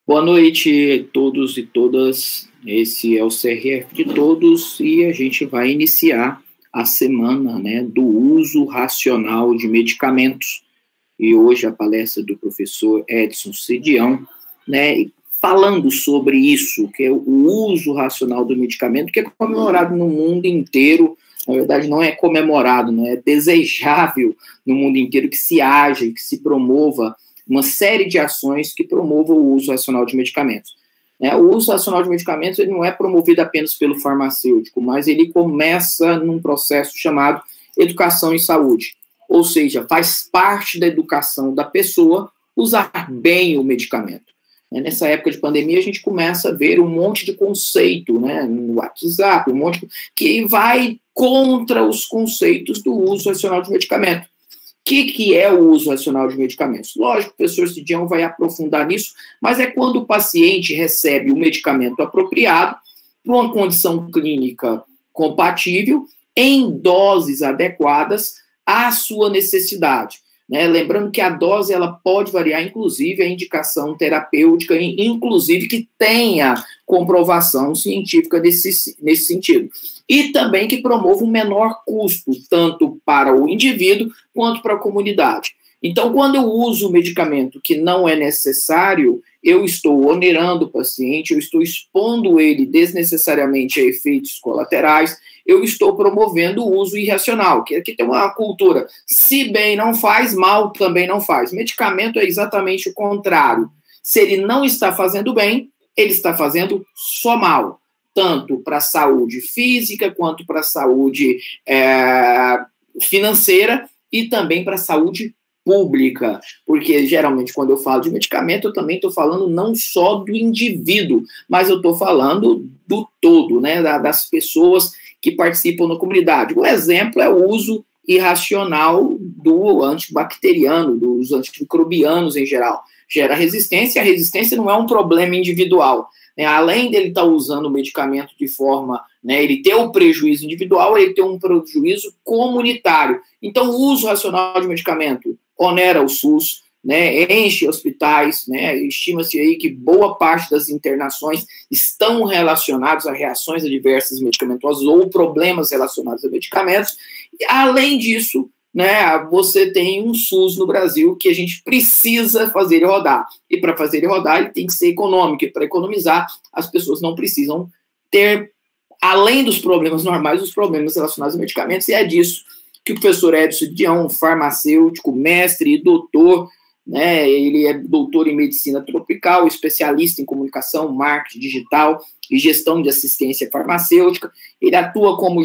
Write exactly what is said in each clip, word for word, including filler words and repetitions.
Boa noite a todos e todas, esse é o C R F de todos e a gente vai iniciar a semana, né, do uso racional de medicamentos. E hoje a palestra do professor Edson Cedião, né, falando sobre isso, que é o uso racional do medicamento, que é comemorado no mundo inteiro. Na verdade, não é comemorado, não é desejável no mundo inteiro que se haja, que se promova uma série de ações que promovam o uso racional de medicamentos. É, o uso racional de medicamentos ele não é promovido apenas pelo farmacêutico, mas ele começa num processo chamado educação em saúde. Ou seja, faz parte da educação da pessoa usar bem o medicamento. Nessa época de pandemia, a gente começa a ver um monte de conceito, né, no WhatsApp, um monte de, que vai contra os conceitos do uso racional de medicamento. O que, que é o uso racional de medicamentos? Lógico, o professor Cedião vai aprofundar nisso, mas é quando o paciente recebe o medicamento apropriado, para uma condição clínica compatível, em doses adequadas à sua necessidade. Né? Lembrando que a dose ela pode variar, inclusive a indicação terapêutica, inclusive que tenha comprovação científica nesse, nesse sentido. E também que promova um menor custo, tanto para o indivíduo quanto para a comunidade. Então, quando eu uso um medicamento que não é necessário, eu estou onerando o paciente, eu estou expondo ele desnecessariamente a efeitos colaterais, eu estou promovendo o uso irracional, que aqui tem uma cultura, se bem não faz, mal também não faz. Medicamento é exatamente o contrário. Se ele não está fazendo bem, ele está fazendo só mal, tanto para a saúde física, quanto para a saúde é, financeira e também para a saúde pública, porque geralmente quando eu falo de medicamento, eu também estou falando não só do indivíduo, mas eu estou falando do todo, né, das pessoas que participam na comunidade. Um exemplo é o uso irracional do antibacteriano, dos antimicrobianos em geral. Gera resistência, a resistência não é um problema individual. Né? Além dele estar usando o medicamento de forma, né, ele ter um prejuízo individual, ele tem um prejuízo comunitário. Então, o uso racional de medicamento onera o SUS, né, enche hospitais, né, estima-se aí que boa parte das internações estão relacionadas a reações adversas medicamentosas ou problemas relacionados a medicamentos. E, além disso, né, você tem um SUS no Brasil que a gente precisa fazer ele rodar. E para fazer ele rodar, ele tem que ser econômico. E para economizar, as pessoas não precisam ter, além dos problemas normais, os problemas relacionados a medicamentos. E é disso que o professor Edson Cedião, farmacêutico, mestre e doutor, né, ele é doutor em medicina tropical, especialista em comunicação, marketing digital e gestão de assistência farmacêutica. Ele atua como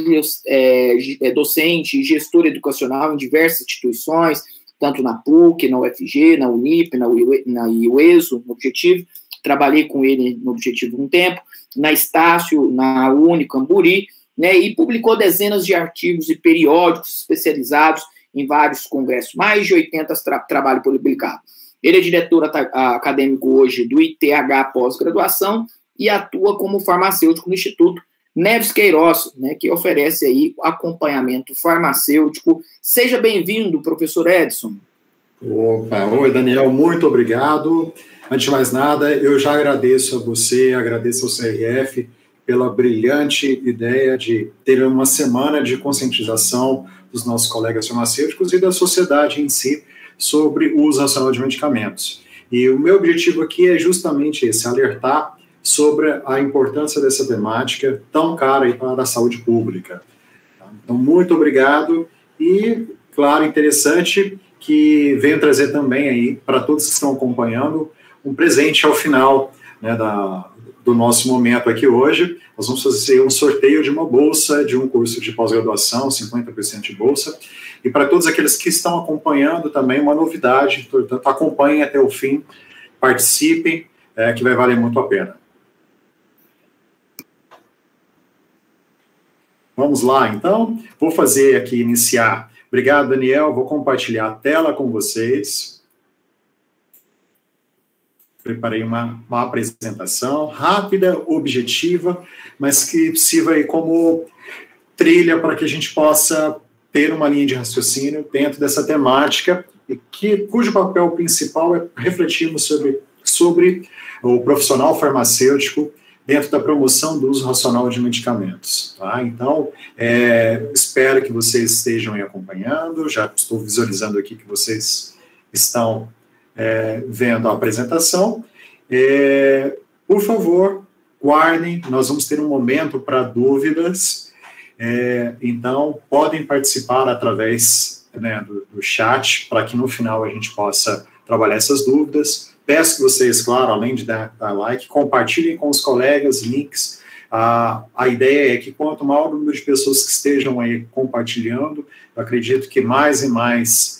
é, docente e gestor educacional em diversas instituições, tanto na PUC, na U F G, na Unip, na, na IUESO, no Objetivo. Trabalhei com ele no Objetivo um tempo, na Estácio, na Uni Camburi, né, e publicou dezenas de artigos e periódicos especializados em vários congressos, mais de oitenta tra trabalhos publicados. Ele é diretor acadêmico hoje do I T H pós-graduação e atua como farmacêutico no Instituto Neves Queiroz, né, que oferece aí acompanhamento farmacêutico. Seja bem-vindo, professor Edson. Opa, oi, Daniel, muito obrigado. Antes de mais nada, eu já agradeço a você, agradeço ao C R F pela brilhante ideia de ter uma semana de conscientização dos nossos colegas farmacêuticos e da sociedade em si sobre o uso racional de medicamentos. E o meu objetivo aqui é justamente esse, alertar sobre a importância dessa temática tão cara para a saúde pública. Então, muito obrigado e, claro, interessante que venho trazer também aí, para todos que estão acompanhando, um presente ao final, né, da, do nosso momento aqui hoje. Nós vamos fazer um sorteio de uma bolsa de um curso de pós-graduação, cinquenta por cento de bolsa, e para todos aqueles que estão acompanhando também uma novidade, portanto, acompanhem até o fim, participem, é, que vai valer muito a pena. Vamos lá, então, vou fazer aqui, iniciar. Obrigado, Daniel, vou compartilhar a tela com vocês. Preparei uma, uma apresentação rápida, objetiva, mas que sirva aí como trilha para que a gente possa ter uma linha de raciocínio dentro dessa temática, e que, cujo papel principal é refletirmos sobre sobre o profissional farmacêutico dentro da promoção do uso racional de medicamentos. Tá? Então, é, espero que vocês estejam aí acompanhando, já estou visualizando aqui que vocês estão é, vendo a apresentação. É, por favor, guardem, nós vamos ter um momento para dúvidas, é, então podem participar através, né, do, do chat, para que no final a gente possa trabalhar essas dúvidas. Peço que vocês, claro, além de dar, dar like, compartilhem com os colegas links. A, a ideia é que quanto maior o número de pessoas que estejam aí compartilhando, eu acredito que mais e mais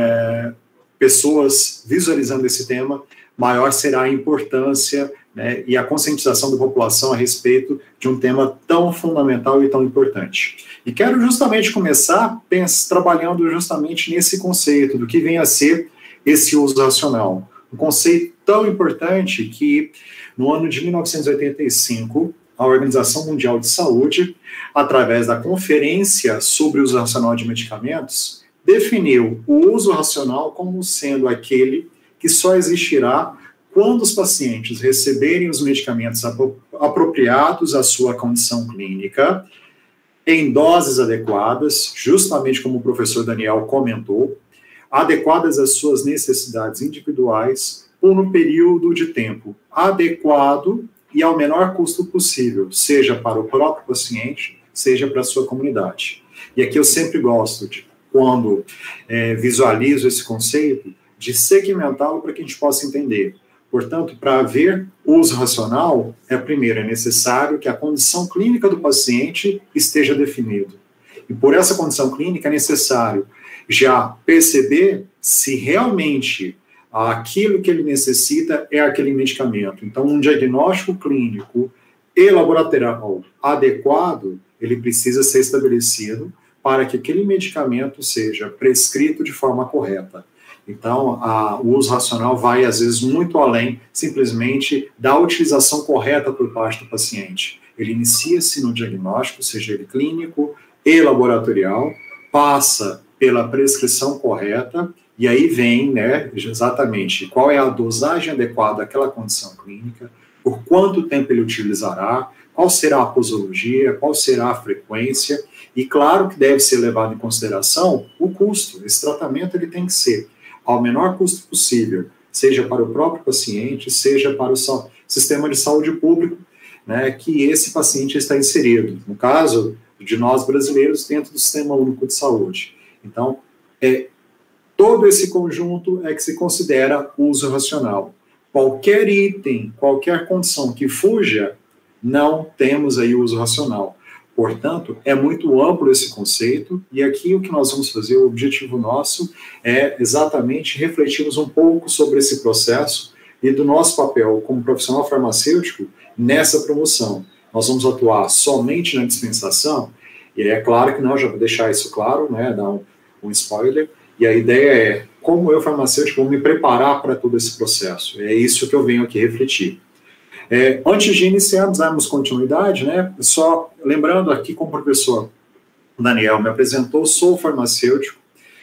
é, pessoas visualizando esse tema, maior será a importância, né, e a conscientização da população a respeito de um tema tão fundamental e tão importante. E quero justamente começar pens, trabalhando justamente nesse conceito do que vem a ser esse uso racional. Um conceito tão importante que, no ano de mil novecentos e oitenta e cinco, a Organização Mundial de Saúde, através da Conferência sobre o Uso Racional de Medicamentos, definiu o uso racional como sendo aquele que só existirá quando os pacientes receberem os medicamentos apropriados à sua condição clínica, em doses adequadas, justamente como o professor Daniel comentou, adequadas às suas necessidades individuais, ou no período de tempo adequado e ao menor custo possível, seja para o próprio paciente, seja para a sua comunidade. E aqui eu sempre gosto de, quando é, visualizo esse conceito, de segmentá-lo para que a gente possa entender. Portanto, para haver uso racional, é primeiro, é necessário que a condição clínica do paciente esteja definida. E por essa condição clínica é necessário já perceber se realmente aquilo que ele necessita é aquele medicamento. Então, um diagnóstico clínico e laboratorial adequado, ele precisa ser estabelecido para que aquele medicamento seja prescrito de forma correta. Então, a, o uso racional vai, às vezes, muito além, simplesmente, da utilização correta por parte do paciente. Ele inicia-se no diagnóstico, seja ele clínico e laboratorial, passa pela prescrição correta, e aí vem, né, exatamente qual é a dosagem adequada àquela condição clínica, por quanto tempo ele utilizará, qual será a posologia, qual será a frequência, e claro que deve ser levado em consideração o custo. Esse tratamento ele tem que ser ao menor custo possível, seja para o próprio paciente, seja para o sistema de saúde público, né, que esse paciente está inserido. No caso de nós brasileiros, dentro do Sistema Único de Saúde. Então, é, todo esse conjunto é que se considera uso racional. Qualquer item, qualquer condição que fuja, não temos aí uso racional. Portanto, é muito amplo esse conceito, e aqui o que nós vamos fazer, o objetivo nosso, é exatamente refletirmos um pouco sobre esse processo e do nosso papel como profissional farmacêutico nessa promoção. Nós vamos atuar somente na dispensação, e é claro que não, já vou deixar isso claro, né, dar um, um spoiler, e a ideia é como eu, farmacêutico, vou me preparar para todo esse processo. É isso que eu venho aqui refletir. É, antes de iniciarmos, darmos continuidade, né, só lembrando aqui como o professor Daniel me apresentou, sou farmacêutico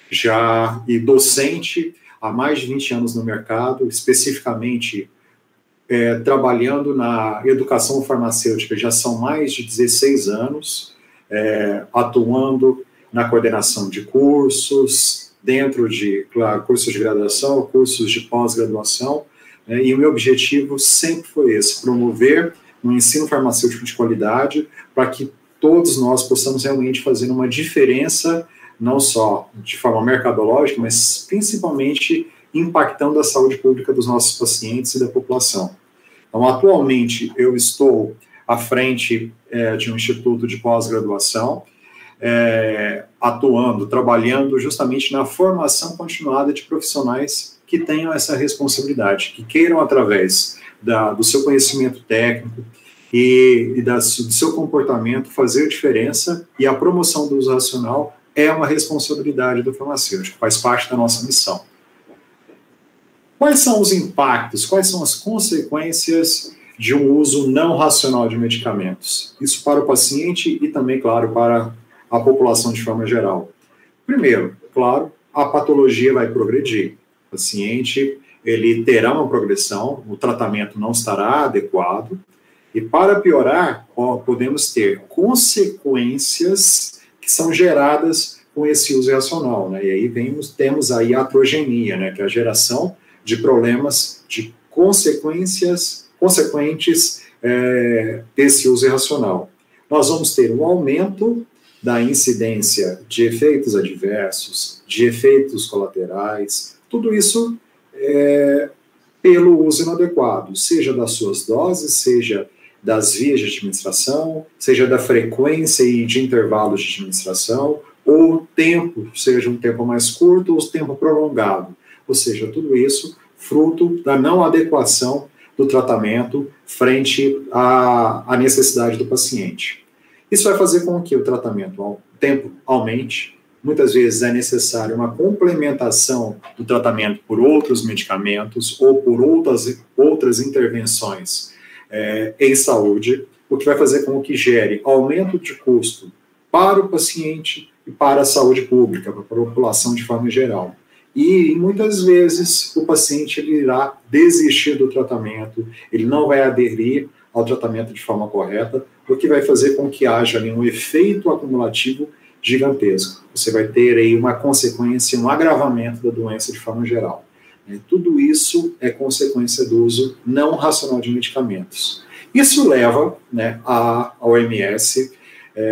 já e docente há mais de vinte anos no mercado, especificamente é, trabalhando na educação farmacêutica, já são mais de dezesseis anos, é, atuando na coordenação de cursos, dentro de, claro, cursos de graduação, cursos de pós-graduação, né, e o meu objetivo sempre foi esse, promover um ensino farmacêutico de qualidade para que todos nós possamos realmente fazer uma diferença, não só de forma mercadológica, mas principalmente impactando a saúde pública dos nossos pacientes e da população. Então, atualmente, eu estou à frente é, de um instituto de pós-graduação, é, atuando, trabalhando justamente na formação continuada de profissionais que tenham essa responsabilidade, que queiram, através da, do seu conhecimento técnico e, e da, do seu comportamento, fazer diferença, e a promoção do uso racional é uma responsabilidade do farmacêutico, faz parte da nossa missão. Quais são os impactos, quais são as consequências de um uso não racional de medicamentos? Isso para o paciente e também, claro, para a população de forma geral. Primeiro, claro, a patologia vai progredir. O paciente ele terá uma progressão, o tratamento não estará adequado, e para piorar, ó, podemos ter consequências que são geradas com esse uso irracional, né? E aí vemos, temos aí a atrogenia, né? Que é a geração de problemas de consequências, consequentes é, desse uso irracional. Nós vamos ter um aumento da incidência de efeitos adversos, de efeitos colaterais, tudo isso é, pelo uso inadequado, seja das suas doses, seja das vias de administração, seja da frequência e de intervalos de administração, ou tempo, seja um tempo mais curto ou um tempo prolongado. Ou seja, tudo isso fruto da não adequação do tratamento frente à, à necessidade do paciente. Isso vai fazer com que o tratamento, o tempo aumente. Muitas vezes é necessária uma complementação do tratamento por outros medicamentos ou por outras, outras intervenções é, em saúde, o que vai fazer com que gere aumento de custo para o paciente e para a saúde pública, para a população de forma geral. E muitas vezes o paciente ele irá desistir do tratamento, ele não vai aderir ao tratamento de forma correta, o que vai fazer com que haja ali um efeito acumulativo gigantesco. Você vai ter aí uma consequência, um agravamento da doença de forma geral. Tudo isso é consequência do uso não racional de medicamentos. Isso leva, né, a O M S